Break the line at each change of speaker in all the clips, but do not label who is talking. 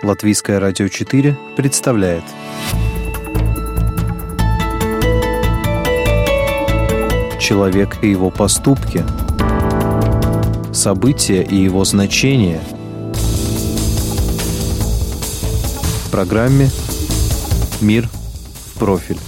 Латвийское радио 4 представляет «Человек и его поступки. События и его значения». В программе «Мир в профиль».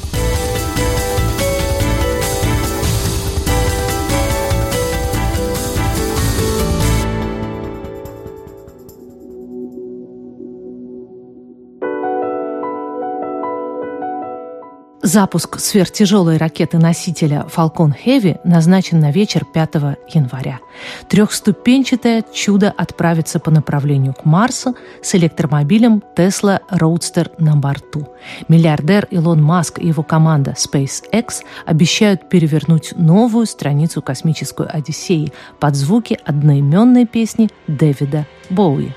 Запуск сверхтяжелой ракеты-носителя Falcon Heavy назначен на вечер 5 января. Трехступенчатое чудо отправится по направлению к Марсу с электромобилем Tesla Roadster на борту. Миллиардер Илон Маск и его команда SpaceX обещают перевернуть новую страницу космической одиссеи под звуки одноименной песни Дэвида Боуи.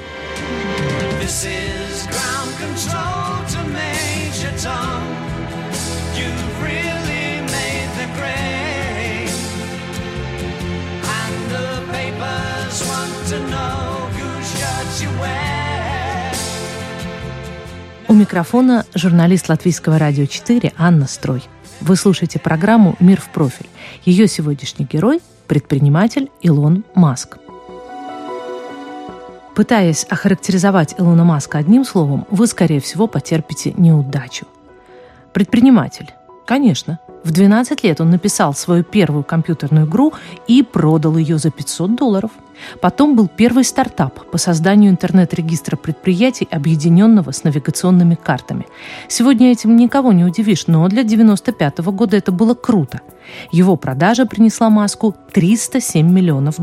У микрофона журналист Латвийского радио 4 Анна Строй. Вы слушаете программу «Мир в профиль». Ее сегодняшний герой – предприниматель Илон Маск. Пытаясь охарактеризовать Илона Маска одним словом, вы, скорее всего, потерпите неудачу. Предприниматель. Конечно. В 12 лет он написал свою первую компьютерную игру и продал ее за $500. Потом был первый стартап по созданию интернет-регистра предприятий, объединенного с навигационными картами. Сегодня этим никого не удивишь, но для 1995 года это было круто. Его продажа принесла Маску $307 миллионов.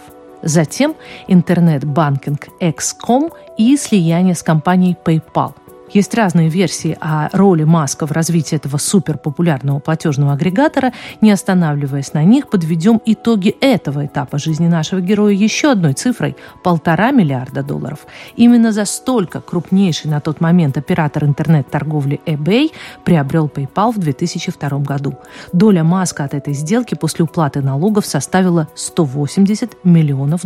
Затем интернет-банкинг X.com и слияние с компанией PayPal. Есть разные версии о роли Маска в развитии этого суперпопулярного платежного агрегатора. Не останавливаясь на них, подведем итоги этого этапа жизни нашего героя еще одной цифрой – $1,5 миллиарда. Именно за столько крупнейший на тот момент оператор интернет-торговли eBay приобрел PayPal в 2002 году. Доля Маска от этой сделки после уплаты налогов составила $180 миллионов.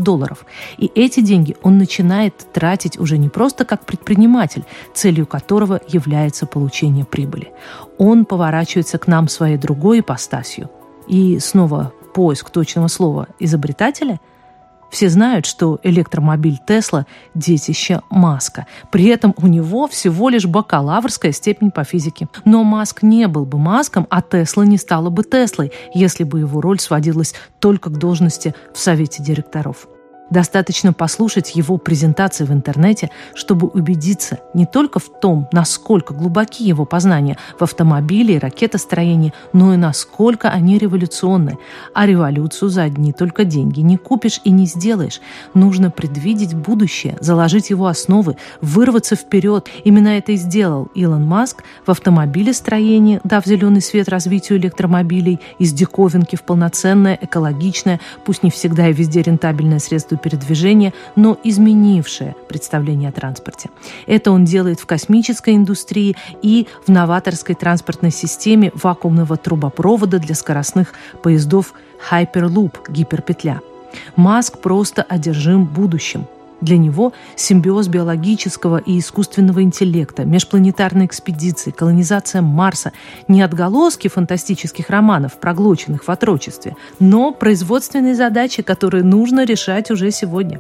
И эти деньги он начинает тратить уже не просто как предприниматель, целью которого является получение прибыли. Он поворачивается к нам своей другой ипостасью. И снова поиск точного слова изобретателя. Все знают, что электромобиль Tesla – детище Маска. При этом у него всего лишь бакалаврская степень по физике. Но Маск не был бы Маском, а Tesla не стала бы Теслой, если бы его роль сводилась только к должности в совете директоров. Достаточно послушать его презентации в интернете, чтобы убедиться не только в том, насколько глубоки его познания в автомобиле и ракетостроении, но и насколько они революционны. А революцию за одни только деньги не купишь и не сделаешь. Нужно предвидеть будущее, заложить его основы, вырваться вперед. Именно это и сделал Илон Маск в автомобилестроении, дав зеленый свет развитию электромобилей из диковинки в полноценное, экологичное, пусть не всегда и везде рентабельное средство передвижения, но изменившее представление о транспорте. Это он делает в космической индустрии и в новаторской транспортной системе вакуумного трубопровода для скоростных поездов Hyperloop, гиперпетля. Маск просто одержим будущим. Для него симбиоз биологического и искусственного интеллекта, межпланетарные экспедиции, колонизация Марса – не отголоски фантастических романов, проглоченных в отрочестве, но производственные задачи, которые нужно решать уже сегодня.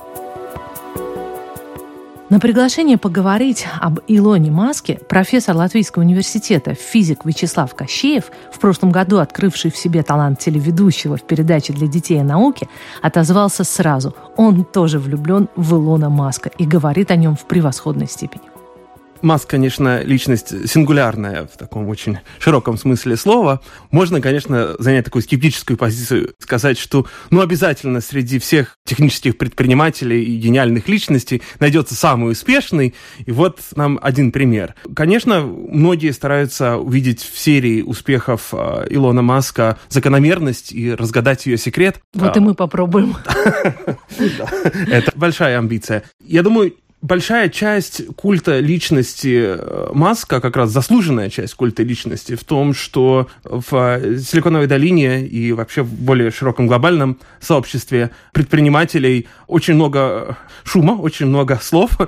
На приглашение поговорить об Илоне Маске профессор Латвийского университета, физик Вячеслав Кощеев, в прошлом году открывший в себе талант телеведущего в передаче для детей о науке, отозвался сразу. Он тоже влюблен в Илона Маска и говорит о нем в превосходной степени.
Маск, конечно, личность сингулярная в таком очень широком смысле слова. Можно, конечно, занять такую скептическую позицию, сказать, что обязательно среди всех технических предпринимателей и гениальных личностей найдется самый успешный. И вот нам один пример. Конечно, многие стараются увидеть в серии успехов Илона Маска закономерность и разгадать ее секрет.
Вот и мы попробуем.
Это большая амбиция. Я думаю, большая часть культа личности Маска, как раз заслуженная часть культа личности, в том, что в Силиконовой долине и вообще в более широком глобальном сообществе предпринимателей очень много шума, очень много слов,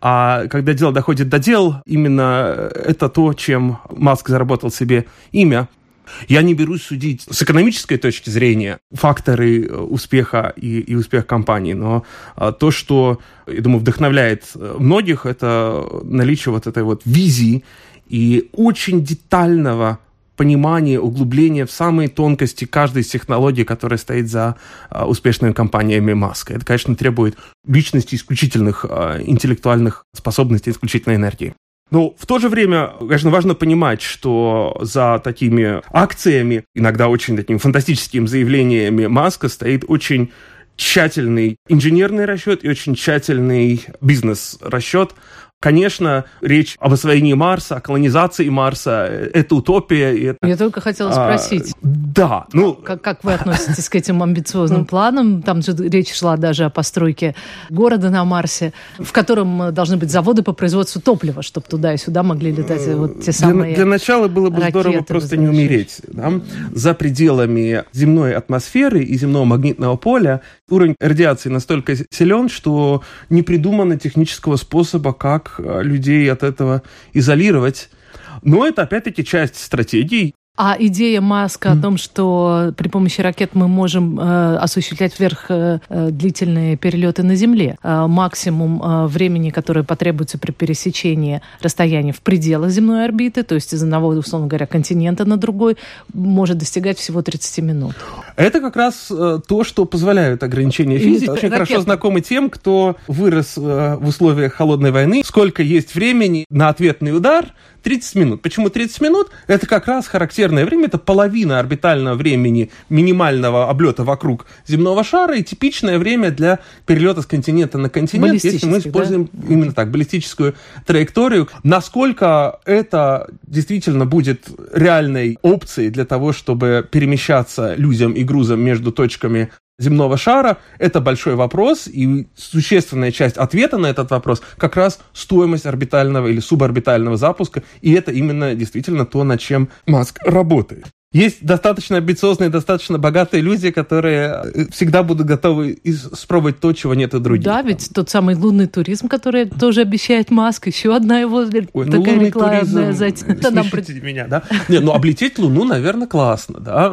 а когда дело доходит до дел, именно это то, чем Маск заработал себе имя. Я не берусь судить с экономической точки зрения факторы успеха и успеха компании, но то, что, я думаю, вдохновляет многих, это наличие вот этой вот визии и очень детального понимания, углубления в самые тонкости каждой из технологий, которая стоит за успешными компаниями Маска. Это, конечно, требует личности исключительных интеллектуальных способностей, исключительной энергии. Но в то же время, конечно, важно понимать, что за такими акциями, иногда очень такими фантастическими заявлениями Маска стоит очень тщательный инженерный расчет и очень тщательный бизнес-расчет. Конечно, речь об освоении Марса, о колонизации Марса – это утопия. И это...
Я только хотела спросить.
Да.
Как вы относитесь к этим амбициозным планам? Там же речь шла даже о постройке города на Марсе, в котором должны быть заводы по производству топлива, чтобы туда и сюда могли летать вот те самые
Для начала было бы здорово просто не умереть. Да? За пределами земной атмосферы и земного магнитного поля уровень радиации настолько силен, что не придумано технического способа, как людей от этого изолировать. Но это, опять-таки, часть стратегий.
А идея Маска о том, что при помощи ракет мы можем осуществлять длительные перелеты на Земле, максимум времени, которое потребуется при пересечении расстояния в пределах земной орбиты, то есть из одного, условно говоря, континента на другой, может достигать всего 30 минут.
Это как раз то, что позволяют ограничения физики. Очень хорошо знакомы тем, кто вырос в условиях холодной войны. Сколько есть времени на ответный удар? 30 минут. Почему 30 минут? Это как раз характерное время, это половина орбитального времени минимального облета вокруг земного шара и типичное время для перелета с континента на континент, если мы используем именно так, баллистическую траекторию. Насколько это действительно будет реальной опцией для того, чтобы перемещаться людям и грузам между точками земного шара, это большой вопрос, и существенная часть ответа на этот вопрос как раз стоимость орбитального или суборбитального запуска, и это именно действительно то, над чем Маск работает. Есть достаточно амбициозные, достаточно богатые люди, которые всегда будут готовы испробовать то, чего нет у других.
Да, ведь тот самый лунный туризм, который тоже обещает Маск, еще одна его такая рекламная затея.
Смешите меня, да? Не, облететь Луну, наверное, классно, да?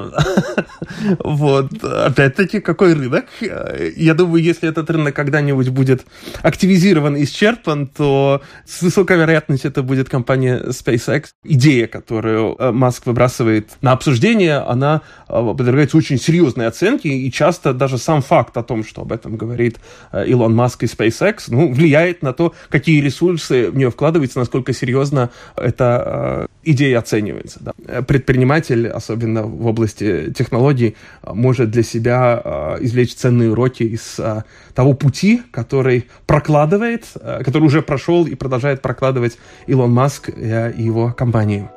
Вот. Опять-таки, какой рынок? Я думаю, если этот рынок когда-нибудь будет активизирован и исчерпан, то с высокой вероятностью это будет компания SpaceX. Идея, которую Маск выбрасывает на обсуждение, она подвергается очень серьезной оценке, и часто даже сам факт о том, что об этом говорит Илон Маск и SpaceX, влияет на то, какие ресурсы в нее вкладываются, насколько серьезно эта идея оценивается. Да. Предприниматель, особенно в области технологий, может для себя извлечь ценные уроки из того пути, который прокладывает, который уже прошел и продолжает прокладывать Илон Маск и его компании.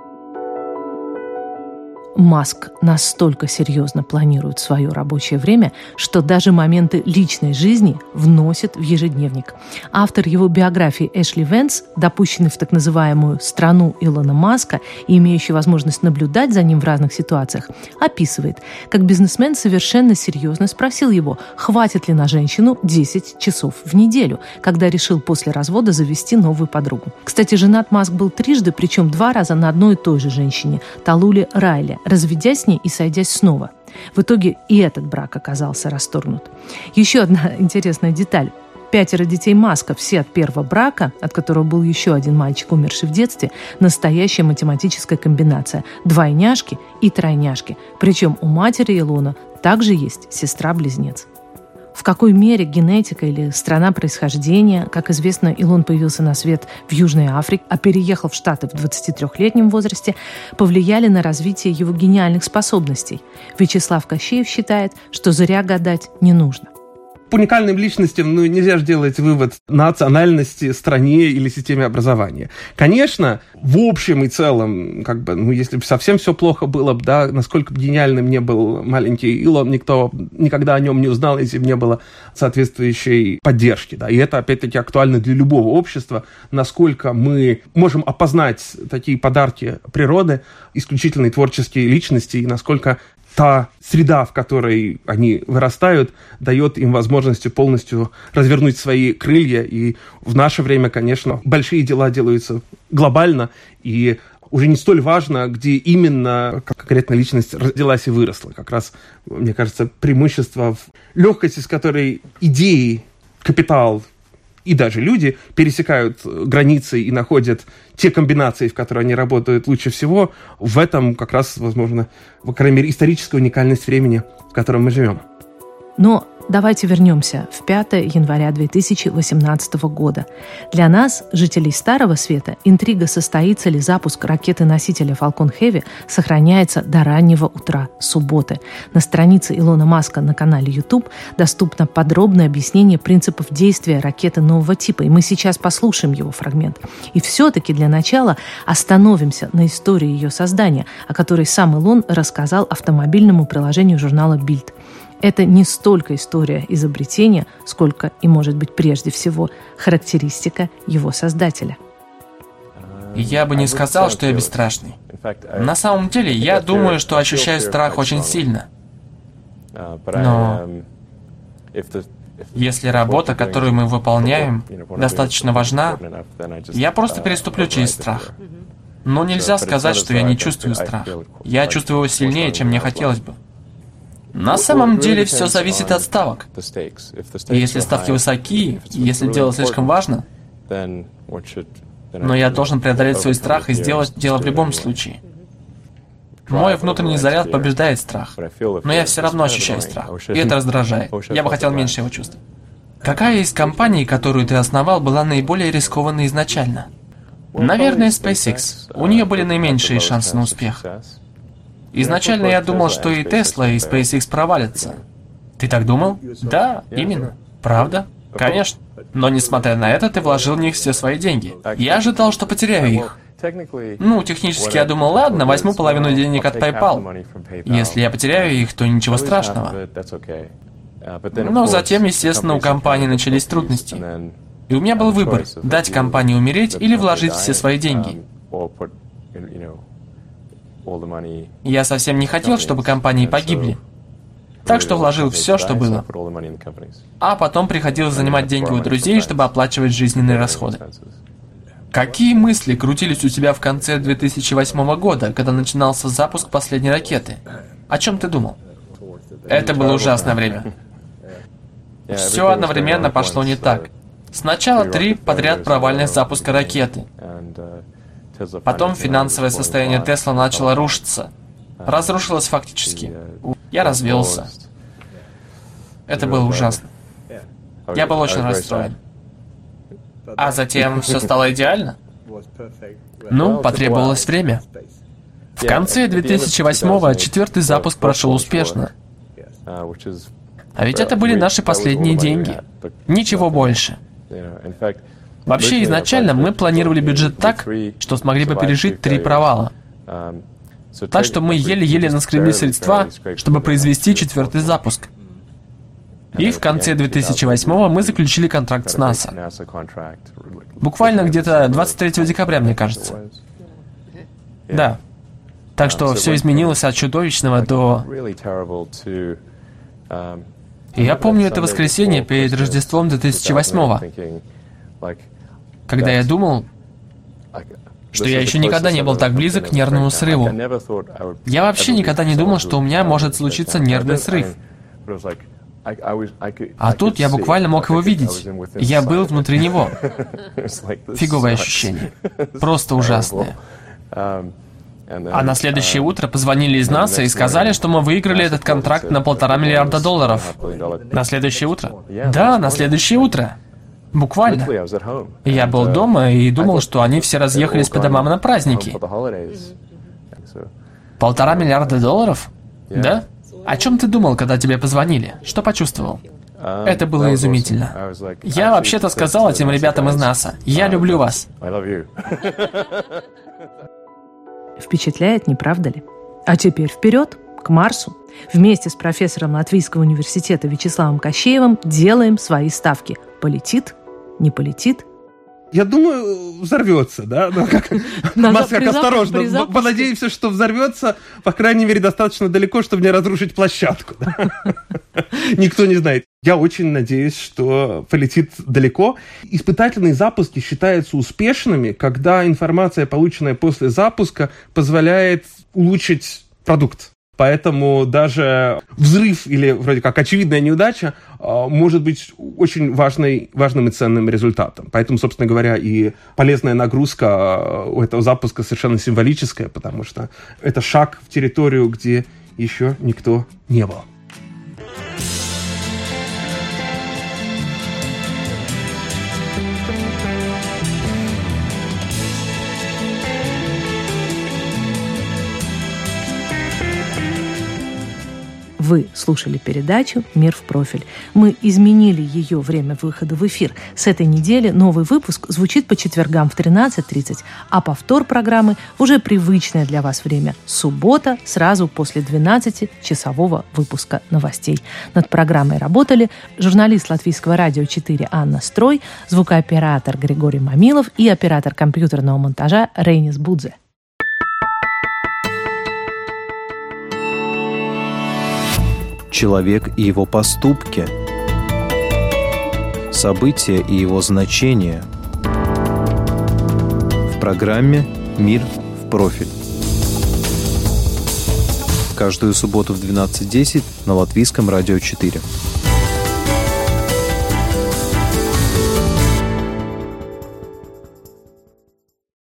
Маск настолько серьезно планирует свое рабочее время, что даже моменты личной жизни вносит в ежедневник. Автор его биографии Эшли Венс, допущенный в так называемую «страну Илона Маска» и имеющий возможность наблюдать за ним в разных ситуациях, описывает, как бизнесмен совершенно серьезно спросил его, хватит ли на женщину 10 часов в неделю, когда решил после развода завести новую подругу. Кстати, женат Маск был трижды, причем 2 раза на одной и той же женщине – Талуле Райли, разведясь с ней и сойдясь снова. В итоге и этот брак оказался расторгнут. Еще одна интересная деталь. 5 детей Маска, все от первого брака, от которого был еще один мальчик, умерший в детстве, настоящая математическая комбинация. Двойняшки и тройняшки. Причем у матери Илона также есть сестра-близнец. В какой мере генетика или страна происхождения, как известно, Илон появился на свет в Южной Африке, а переехал в Штаты в 23-летнем возрасте, повлияли на развитие его гениальных способностей. Вячеслав Кощеев считает, что зря гадать не нужно.
По уникальным личностям нельзя же делать вывод национальности, стране или системе образования. Конечно, в общем и целом, если бы совсем все плохо было бы, да, насколько бы гениальным не был маленький Илон, никто никогда о нем не узнал, если бы не было соответствующей поддержки. Да. И это, опять-таки, актуально для любого общества, насколько мы можем опознать такие подарки природы, исключительные творческие личности, и насколько та среда, в которой они вырастают, дает им возможность полностью развернуть свои крылья. И в наше время, конечно, большие дела делаются глобально, и уже не столь важно, где именно конкретная личность родилась и выросла. Как раз, мне кажется, преимущество в легкости, с которой идеи, капитал и даже люди пересекают границы и находят те комбинации, в которые они работают лучше всего, в этом как раз, возможно, по крайней мере, историческая уникальность времени, в котором мы живем.
Но давайте вернемся в 5 января 2018 года. Для нас, жителей Старого Света, интрига, состоится ли запуск ракеты-носителя Falcon Heavy, сохраняется до раннего утра субботы. На странице Илона Маска на канале YouTube доступно подробное объяснение принципов действия ракеты нового типа. И мы сейчас послушаем его фрагмент. И все-таки для начала остановимся на истории ее создания, о которой сам Илон рассказал автомобильному приложению журнала Bild. Это не столько история изобретения, сколько, и, может быть, прежде всего, характеристика его создателя.
Я бы не сказал, что я бесстрашный. На самом деле, я думаю, что ощущаю страх очень сильно. Но если работа, которую мы выполняем, достаточно важна, я просто переступлю через страх. Но нельзя сказать, что я не чувствую страх. Я чувствую его сильнее, чем мне хотелось бы. На самом деле все зависит от ставок. И если ставки высоки, если дело слишком важно, но я должен преодолеть свой страх и сделать дело в любом случае. Мой внутренний заряд побеждает страх, но я все равно ощущаю страх, и это раздражает. Я бы хотел меньше его чувствовать. Какая из компаний, которую ты основал, была наиболее рискованной изначально? Наверное, SpaceX. У нее были наименьшие шансы на успех. Изначально я думал, что и Tesla, и SpaceX провалятся. Ты так думал? Да, именно. Правда? Конечно. Но несмотря на это, ты вложил в них все свои деньги. Я ожидал, что потеряю их. Технически я думал, ладно, возьму половину денег от PayPal. Если я потеряю их, то ничего страшного. Но затем, естественно, у компании начались трудности. И у меня был выбор, дать компании умереть или вложить все свои деньги. Я совсем не хотел, чтобы компании погибли. Так что вложил все, что было. А потом приходилось занимать деньги у друзей, чтобы оплачивать жизненные расходы. Какие мысли крутились у тебя в конце 2008 года, когда начинался запуск последней ракеты? О чем ты думал? Это было ужасное время. Все одновременно пошло не так. Сначала 3 подряд провальных запуска ракеты. Потом финансовое состояние Tesla начало рушиться. Разрушилось фактически. Я развелся. Это было ужасно. Я был очень расстроен. А затем все стало идеально? Потребовалось время. В конце 2008-го 4-й запуск прошел успешно. А ведь это были наши последние деньги. Ничего больше. Вообще, изначально мы планировали бюджет так, что смогли бы пережить 3 провала. Так что мы еле-еле наскребли средства, чтобы произвести 4-й запуск. И в конце 2008-го мы заключили контракт с НАСА. Буквально где-то 23 декабря, мне кажется. Да. Так что все изменилось от чудовищного до... И я помню это воскресенье перед Рождеством 2008-го, когда я думал, что я еще никогда не был так близок к нервному срыву. Я вообще никогда не думал, что у меня может случиться нервный срыв. А тут я буквально мог его видеть. Я был внутри него. Фиговое ощущение. Просто ужасное. А на следующее утро позвонили из НАСА и сказали, что мы выиграли этот контракт на $1,5 миллиарда. На следующее утро? Да, на следующее утро. Буквально. Я был дома и думал, что они все разъехались по домам на праздники. $1,5 миллиарда? Да? О чем ты думал, когда тебе позвонили? Что почувствовал? Это было изумительно. Я вообще-то сказал этим ребятам из НАСА: «Я люблю вас».
Впечатляет, не правда ли? А теперь вперед, к Марсу. Вместе с профессором Латвийского университета Вячеславом Кощеевым делаем свои ставки. Полетит? Не полетит?
Я думаю, взорвется, да? Маск как осторожно. Понадеемся, что взорвется, по крайней мере, достаточно далеко, чтобы не разрушить площадку. Никто не знает. Я очень надеюсь, что полетит далеко. Испытательные запуски считаются успешными, когда информация, полученная после запуска, позволяет улучшить продукт. Поэтому даже взрыв или вроде как очевидная неудача может быть очень важным и ценным результатом. Поэтому, собственно говоря, и полезная нагрузка у этого запуска совершенно символическая, потому что это шаг в территорию, где еще никто не был.
Вы слушали передачу «Мир в профиль». Мы изменили ее время выхода в эфир. С этой недели новый выпуск звучит по четвергам в 13:30, а повтор программы уже привычное для вас время – суббота, сразу после 12-часового выпуска новостей. Над программой работали журналист Латвийского радио 4 Анна Строй, звукооператор Григорий Мамилов и оператор компьютерного монтажа Рейнис Будзе.
Человек и его поступки, события и его значения. В программе «Мир в профиль». Каждую субботу в 12:10 на Латвийском радио 4.